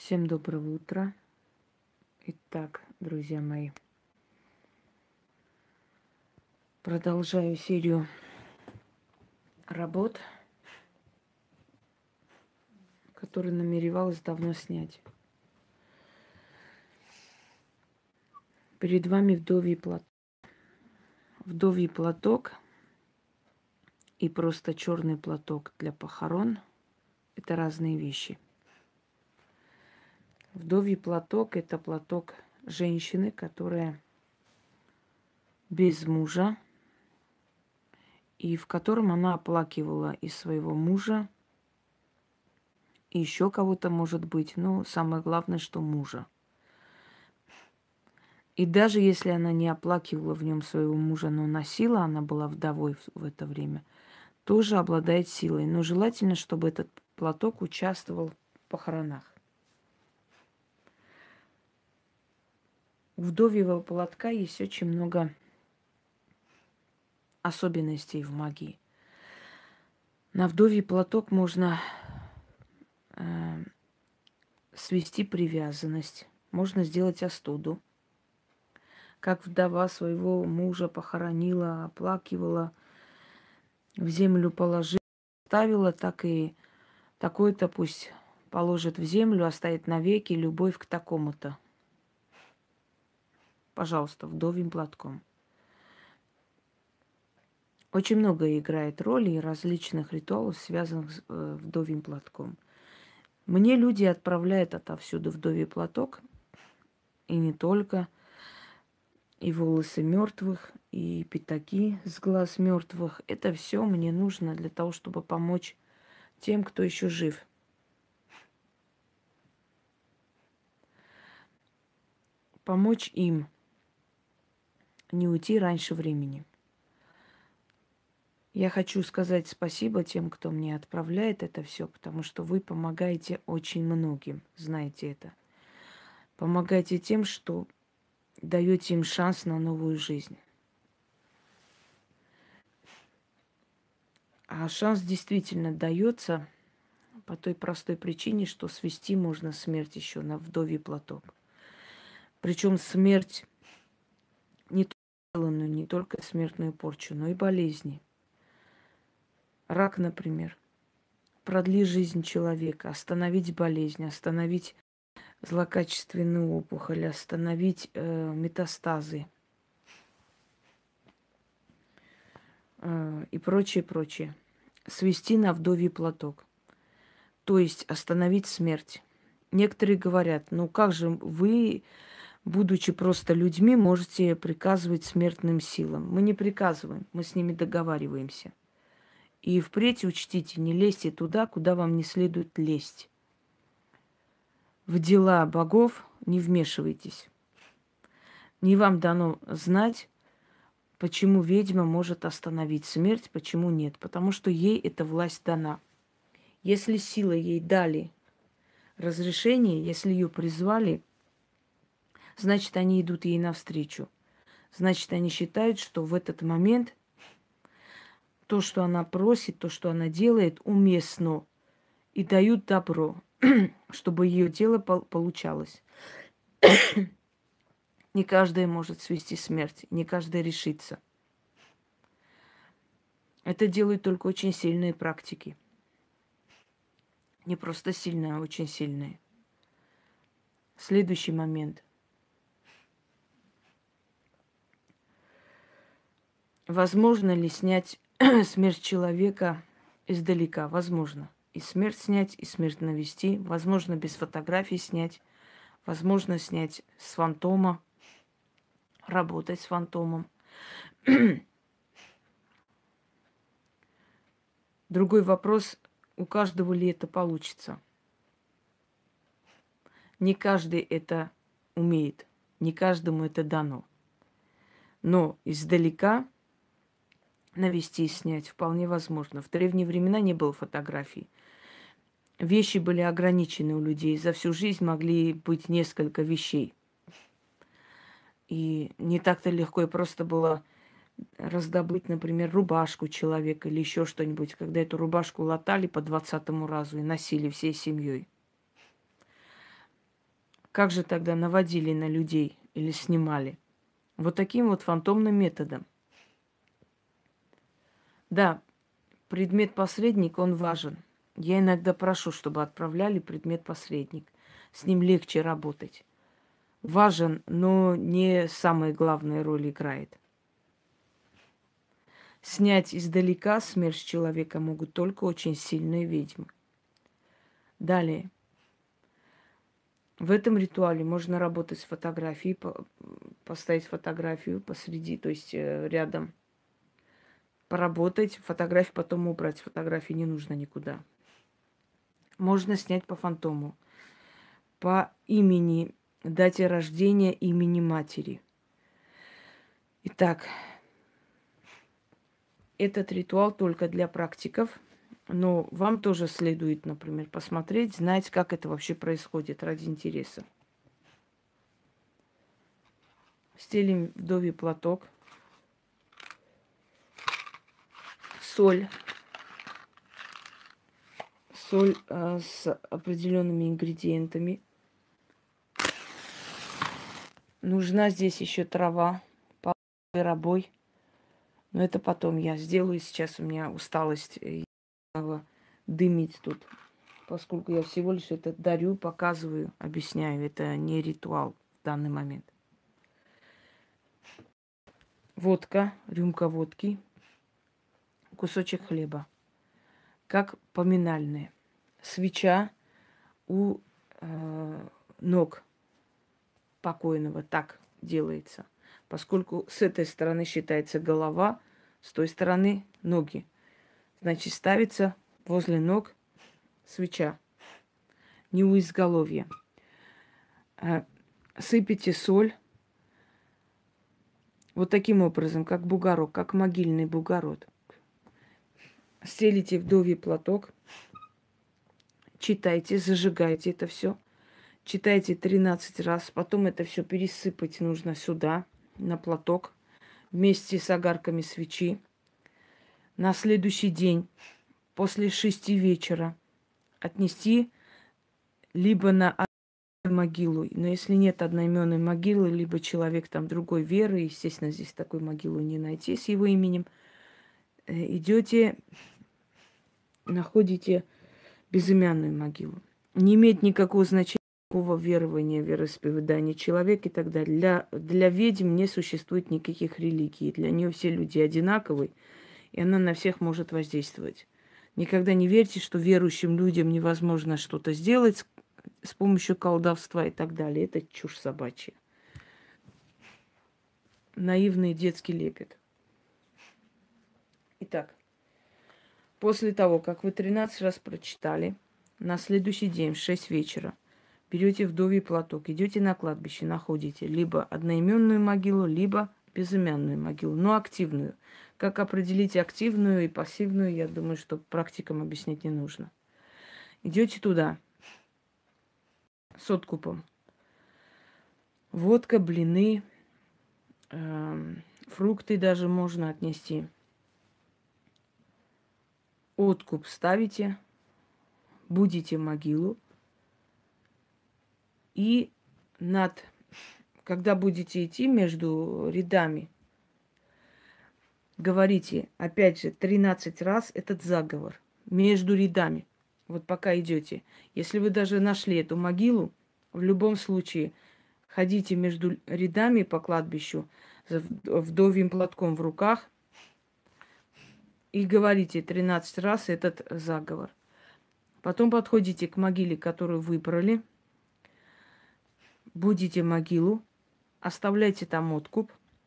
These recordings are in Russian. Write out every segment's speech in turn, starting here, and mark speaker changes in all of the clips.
Speaker 1: Всем доброго утра. Итак, друзья мои, продолжаю серию работ, которые намеревалась давно снять. Перед вами вдовий платок. Вдовий платок и просто черный платок для похорон – это разные вещи. Вдовий платок – это платок женщины, которая без мужа, и в котором она оплакивала и своего мужа, и еще кого-то, может быть, но самое главное, что мужа. И даже если она не оплакивала в нем своего мужа, но носила, она была вдовой в это время, тоже обладает силой. Но желательно, чтобы этот платок участвовал в похоронах. У вдовьего платка есть очень много особенностей в магии. На вдовий платок можно свести привязанность, можно сделать остуду. Как вдова своего мужа похоронила, оплакивала, в землю положила, ставила, так и такой-то пусть положит в землю, оставит навеки любовь к такому-то. Пожалуйста, вдовьим платком. Очень много играет ролей различных ритуалов, связанных с вдовьим платком. Мне люди отправляют отовсюду вдовий платок, и не только, и волосы мертвых, и пятаки с глаз мертвых. Это все мне нужно для того, чтобы помочь тем, кто еще жив. Помочь им не уйти раньше времени. Я хочу сказать спасибо тем, кто мне отправляет это все, потому что вы помогаете очень многим, знаете это. Помогаете тем, что даете им шанс на новую жизнь. А шанс действительно дается по той простой причине, что свести можно смерть еще на вдовий платок. Причем смерть не только не только смертную порчу, но и болезни. Рак, например. Продлить жизнь человека, остановить болезнь, остановить злокачественную опухоль, остановить метастазы и прочее, прочее. Свести на вдовий платок. То есть остановить смерть. Некоторые говорят, ну как же вы, будучи просто людьми, можете приказывать смертным силам? Мы не приказываем, мы с ними договариваемся. И впредь учтите, не лезьте туда, куда вам не следует лезть. В дела богов не вмешивайтесь. Не вам дано знать, почему ведьма может остановить смерть, почему нет. Потому что ей эта власть дана. Если силой ей дали разрешение, если ее призвали, значит, они идут ей навстречу. Значит, они считают, что в этот момент то, что она просит, то, что она делает, уместно. И дают добро, чтобы ее дело получалось. Не каждый может свести смерть, не каждый решится. Это делают только очень сильные практики. Не просто сильные, а очень сильные. Следующий момент. Возможно ли снять смерть человека издалека? Возможно. И смерть снять, и смерть навести. Возможно, без фотографий снять. Возможно, снять с фантома. Работать с фантомом. Другой вопрос, у каждого ли это получится. Не каждый это умеет. Не каждому это дано. Но издалека навести и снять вполне возможно. В древние времена не было фотографий. Вещи были ограничены у людей. За всю жизнь могли быть несколько вещей. И не так-то легко и просто было раздобыть, например, рубашку человека или еще что-нибудь, когда эту рубашку латали по 20-му разу и носили всей семьей. Как же тогда наводили на людей или снимали? Вот таким вот фантомным методом. Да, предмет-посредник, он важен. Я иногда прошу, чтобы отправляли предмет-посредник. С ним легче работать. Важен, но не самая главная роль играет. Снять издалека смерть человека могут только очень сильные ведьмы. Далее. В этом ритуале можно работать с фотографией, поставить фотографию посреди, то есть рядом. Поработать, фотографию потом убрать. Фотографии не нужно никуда. Можно снять по фантому. По имени, дате рождения, имени матери. Итак, этот ритуал только для практиков, но вам тоже следует, например, посмотреть, знать, как это вообще происходит ради интереса. Стелим вдовий платок, соль с определенными ингредиентами. Нужна здесь еще трава, зверобой. Но это потом я сделаю. Сейчас у меня усталость дымить тут. Поскольку я всего лишь это дарю, показываю, объясняю. Это не ритуал в данный момент. Водка, рюмка водки, кусочек хлеба. Как поминальное. Свеча у ног покойного. Так делается. Поскольку с этой стороны считается голова, с той стороны ноги. Значит, ставится возле ног свеча, не у изголовья. Сыпите соль вот таким образом, как бугорок, как могильный бугород. Стелите вдовий платок, читайте, зажигайте это все. Читайте 13 раз, потом это все пересыпать нужно сюда, на платок, вместе с огарками свечи. На следующий день, после 6 вечера, отнести либо на могилу, но если нет одноименной могилы, либо человек там другой веры, естественно, здесь такой могилы не найти с его именем, идете, находите безымянную могилу. Не имеет никакого значения, какого верования, вероисповедания человек и так далее. Для ведьм не существует никаких религий. Для нее все люди одинаковые, и она на всех может воздействовать. Никогда не верьте, что верующим людям невозможно что-то сделать с помощью колдовства и так далее. Это чушь собачья. Наивный детский лепет. Итак, после того, как вы 13 раз прочитали, на следующий день в 6 вечера берете вдовий платок, идете на кладбище, находите либо одноименную могилу, либо безымянную могилу, но активную. Как определить активную и пассивную, я думаю, что практикам объяснять не нужно. Идете туда с откупом. Водка, блины, фрукты даже можно отнести. Откуп ставите, будете могилу. И когда будете идти между рядами, говорите, опять же, 13 раз этот заговор между рядами. Вот пока идете. Если вы даже нашли эту могилу, в любом случае ходите между рядами по кладбищу с вдовьим платком в руках и говорите 13 раз этот заговор. Потом подходите к могиле, которую выбрали, будете могилу, оставляйте там откуп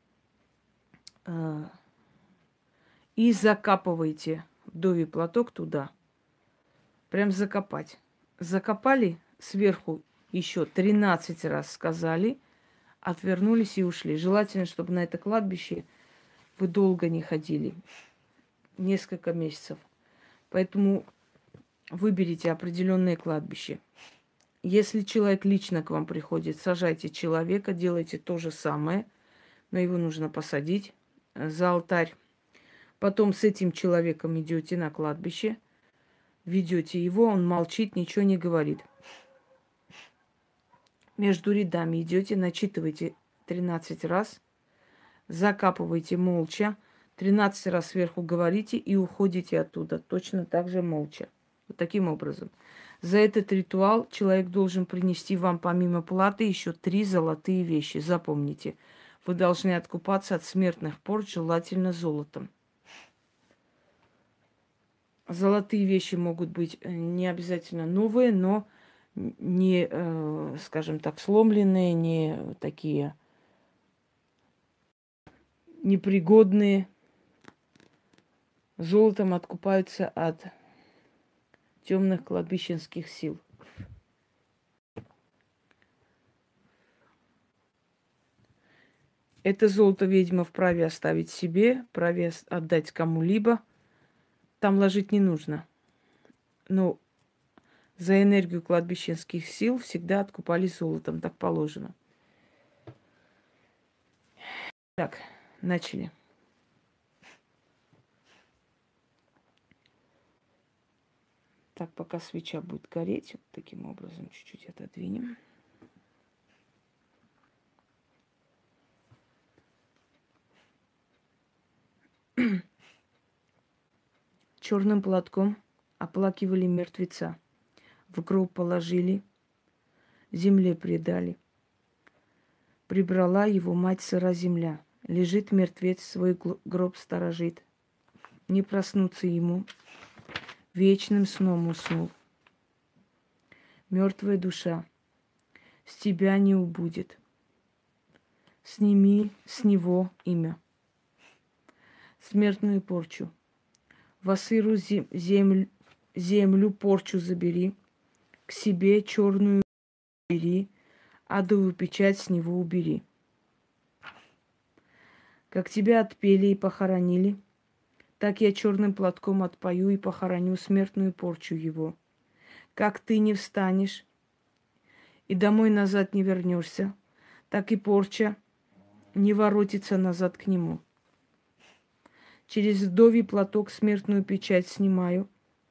Speaker 1: и закапывайте вдовий платок туда. Прям закопать. Закопали сверху еще 13 раз сказали, отвернулись и ушли. Желательно, чтобы на это кладбище вы долго не ходили. Несколько месяцев. Поэтому выберите определенное кладбище. Если человек лично к вам приходит, сажайте человека, делайте то же самое, но его нужно посадить за алтарь. Потом с этим человеком идете на кладбище, ведете его, он молчит, ничего не говорит. между рядами идете, начитываете 13 раз, закапываете молча, 13 раз сверху говорите и уходите оттуда, точно так же молча. Вот таким образом. За этот ритуал человек должен принести вам помимо платы еще 3 золотые вещи. Запомните, вы должны откупаться от смертных порч, желательно золотом. Золотые вещи могут быть не обязательно новые, но не, скажем так, сломленные, не такие непригодные. Золотом откупаются от темных кладбищенских сил. Это золото ведьма вправе оставить себе, вправе отдать кому-либо. Там ложить не нужно. Но за энергию кладбищенских сил всегда откупали золотом, так положено. Так, начали. Так, пока свеча будет гореть, вот таким образом чуть-чуть отодвинем. Черным платком оплакивали мертвеца. В гроб положили, земле предали. Прибрала его мать сыра земля. Лежит мертвец, свой гроб сторожит. Не проснуться ему, вечным сном уснул. Мертвая душа с тебя не убудет. Сними с него имя. Смертную порчу. В Асыру землю порчу забери, к себе черную бери, адовую печать с него убери. Как тебя отпели и похоронили, так я черным платком отпою и похороню смертную порчу его. Как ты не встанешь и домой назад не вернешься, так и порча не воротится назад к нему. Через вдовий платок смертную печать снимаю.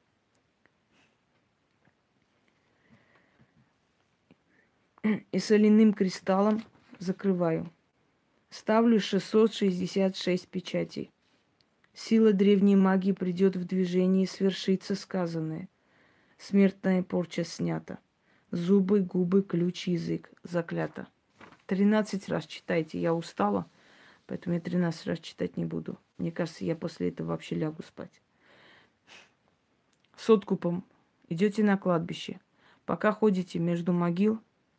Speaker 1: И соляным кристаллом закрываю. Ставлю 666 печатей. Сила древней магии придет в движение и свершится сказанное. Смертная порча снята. Зубы, губы, ключ, язык. Заклято. 13 раз читайте. Я устала, поэтому я 13 раз читать не буду. Мне кажется, я после этого вообще лягу спать. С откупом идете на кладбище. Пока ходите между могил,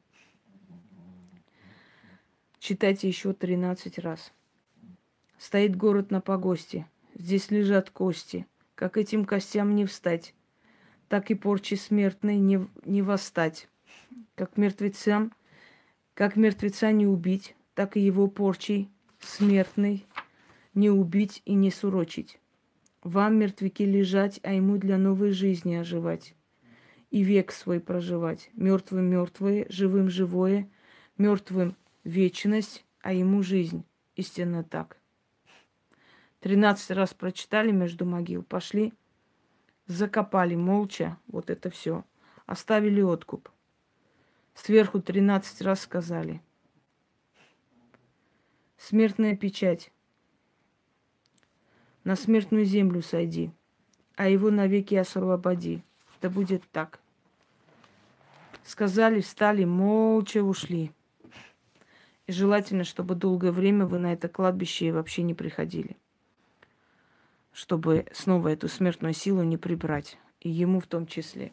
Speaker 1: читайте еще 13 раз. Стоит город на погосте. Здесь лежат кости. Как этим костям не встать, так и порчи смертной не восстать. Как мертвеца не убить, так и его порчей смертной не убить и не сурочить. Вам, мертвяки, лежать, а ему для новой жизни оживать. И век свой проживать. Мертвым мертвое, живым живое, мертвым вечность, а ему жизнь. Истинно так. 13 раз прочитали между могил, пошли, закопали молча, вот это все. Оставили откуп. Сверху 13 раз сказали. Смертная печать. На смертную землю сойди, а его навеки освободи. Да будет так. Сказали, встали, молча ушли. И желательно, чтобы долгое время вы на это кладбище вообще не приходили. Чтобы снова эту смертную силу не прибрать. И ему в том числе.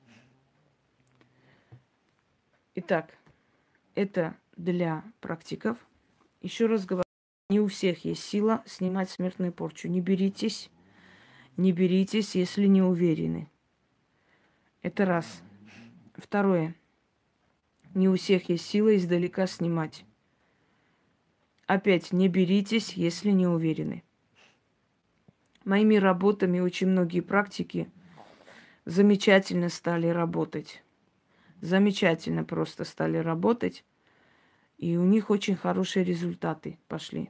Speaker 1: Итак, это для практиков. Еще раз говорю, не у всех есть сила снимать смертную порчу. Не беритесь, если не уверены. Это раз. Второе. Не у всех есть сила издалека снимать. Опять, не беритесь, если не уверены. Моими работами очень многие практики замечательно стали работать. Замечательно просто стали работать. И у них очень хорошие результаты пошли.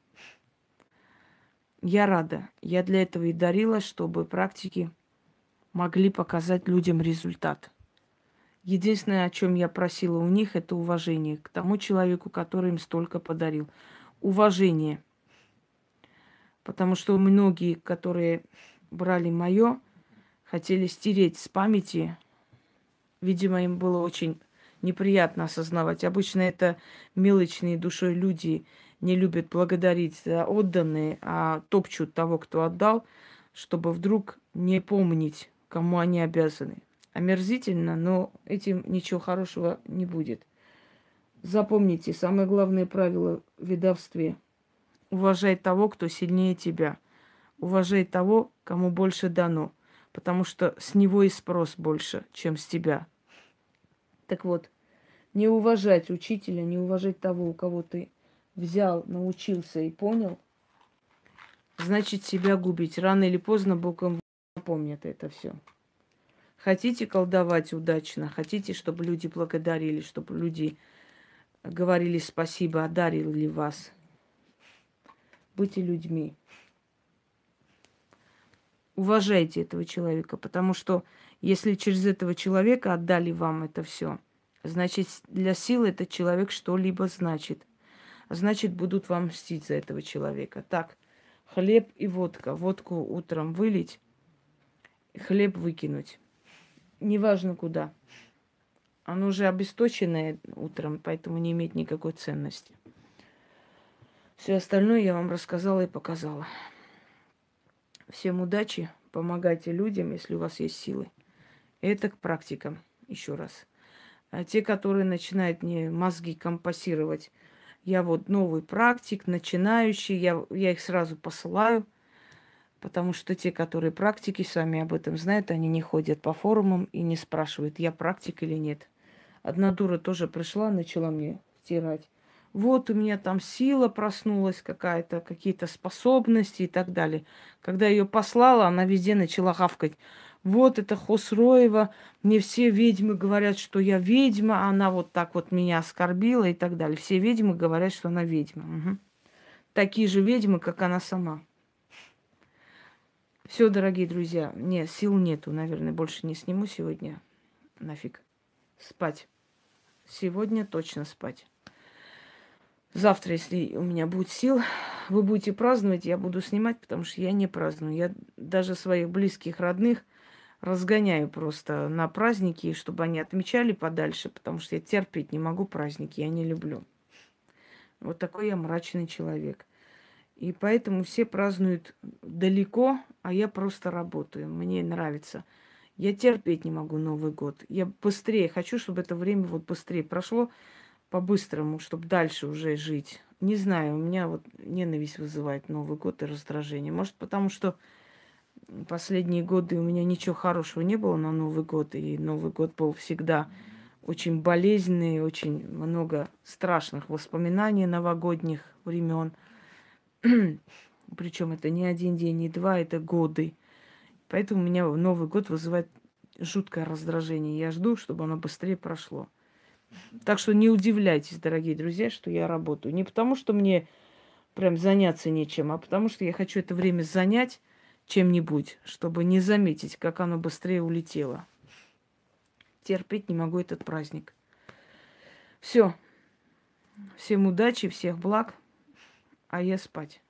Speaker 1: Я рада. Я для этого и дарила, чтобы практики могли показать людям результат. Единственное, о чем я просила у них, это уважение к тому человеку, который им столько подарил. Уважение. Потому что многие, которые брали мое, хотели стереть с памяти. Видимо, им было очень неприятно осознавать. Обычно это мелочные душой люди не любят благодарить за отданные, а топчут того, кто отдал, чтобы вдруг не помнить, кому они обязаны. Омерзительно, но этим ничего хорошего не будет. Запомните, самое главное правило в ведовстве – уважай того, кто сильнее тебя. Уважай того, кому больше дано, потому что с него и спрос больше, чем с тебя. Так вот, не уважать учителя, не уважать того, у кого ты взял, научился и понял, значит себя губить. Рано или поздно Бог вам напомнит это все. Хотите колдовать удачно, хотите, чтобы люди благодарили, чтобы люди говорили спасибо, одарили вас. Будьте людьми. Уважайте этого человека, потому что если через этого человека отдали вам это все, значит, для силы этот человек что-либо значит. Значит, будут вам мстить за этого человека. Так, хлеб и водка. Водку утром вылить, хлеб выкинуть. Неважно куда. Оно уже обесточенное утром, поэтому не имеет никакой ценности. Все остальное я вам рассказала и показала. Всем удачи, помогайте людям, если у вас есть силы. Это к практикам, еще раз. А те, которые начинают мне мозги компасировать, я вот новый практик, начинающий, я их сразу посылаю, потому что те, которые практики, сами об этом знают, они не ходят по форумам и не спрашивают, я практик или нет. Одна дура тоже пришла, начала мне втирать. Вот у меня там сила проснулась какая-то, какие-то способности и так далее. Когда ее послала, она везде начала гавкать. Вот это Хосроева, мне все ведьмы говорят, что я ведьма, она вот так вот меня оскорбила и так далее. Все ведьмы говорят, что она ведьма. Угу. Такие же ведьмы, как она сама. Все, дорогие друзья, нет, сил нету, наверное, больше не сниму сегодня. Нафиг. Спать. Сегодня точно спать. Завтра, если у меня будет сил, вы будете праздновать, я буду снимать, потому что я не праздную. Я даже своих близких, родных разгоняю просто на праздники, чтобы они отмечали подальше, потому что я терпеть не могу праздники, я не люблю. Вот такой я мрачный человек. И поэтому все празднуют далеко, а я просто работаю. Мне нравится. Я терпеть не могу Новый год. Я быстрее хочу, чтобы это время вот быстрее прошло, по-быстрому, чтобы дальше уже жить. Не знаю, у меня вот ненависть вызывает Новый год и раздражение. Может, потому что последние годы у меня ничего хорошего не было на Новый год, и Новый год был всегда очень болезненный, очень много страшных воспоминаний новогодних времен. Причем это не один день, не два, это годы. Поэтому у меня Новый год вызывает жуткое раздражение. Я жду, чтобы оно быстрее прошло. Так что не удивляйтесь, дорогие друзья, что я работаю. Не потому, что мне прям заняться нечем, а потому, что я хочу это время занять чем-нибудь, чтобы не заметить, как оно быстрее улетело. Терпеть не могу этот праздник. Все. Всем удачи, всех благ, а я спать.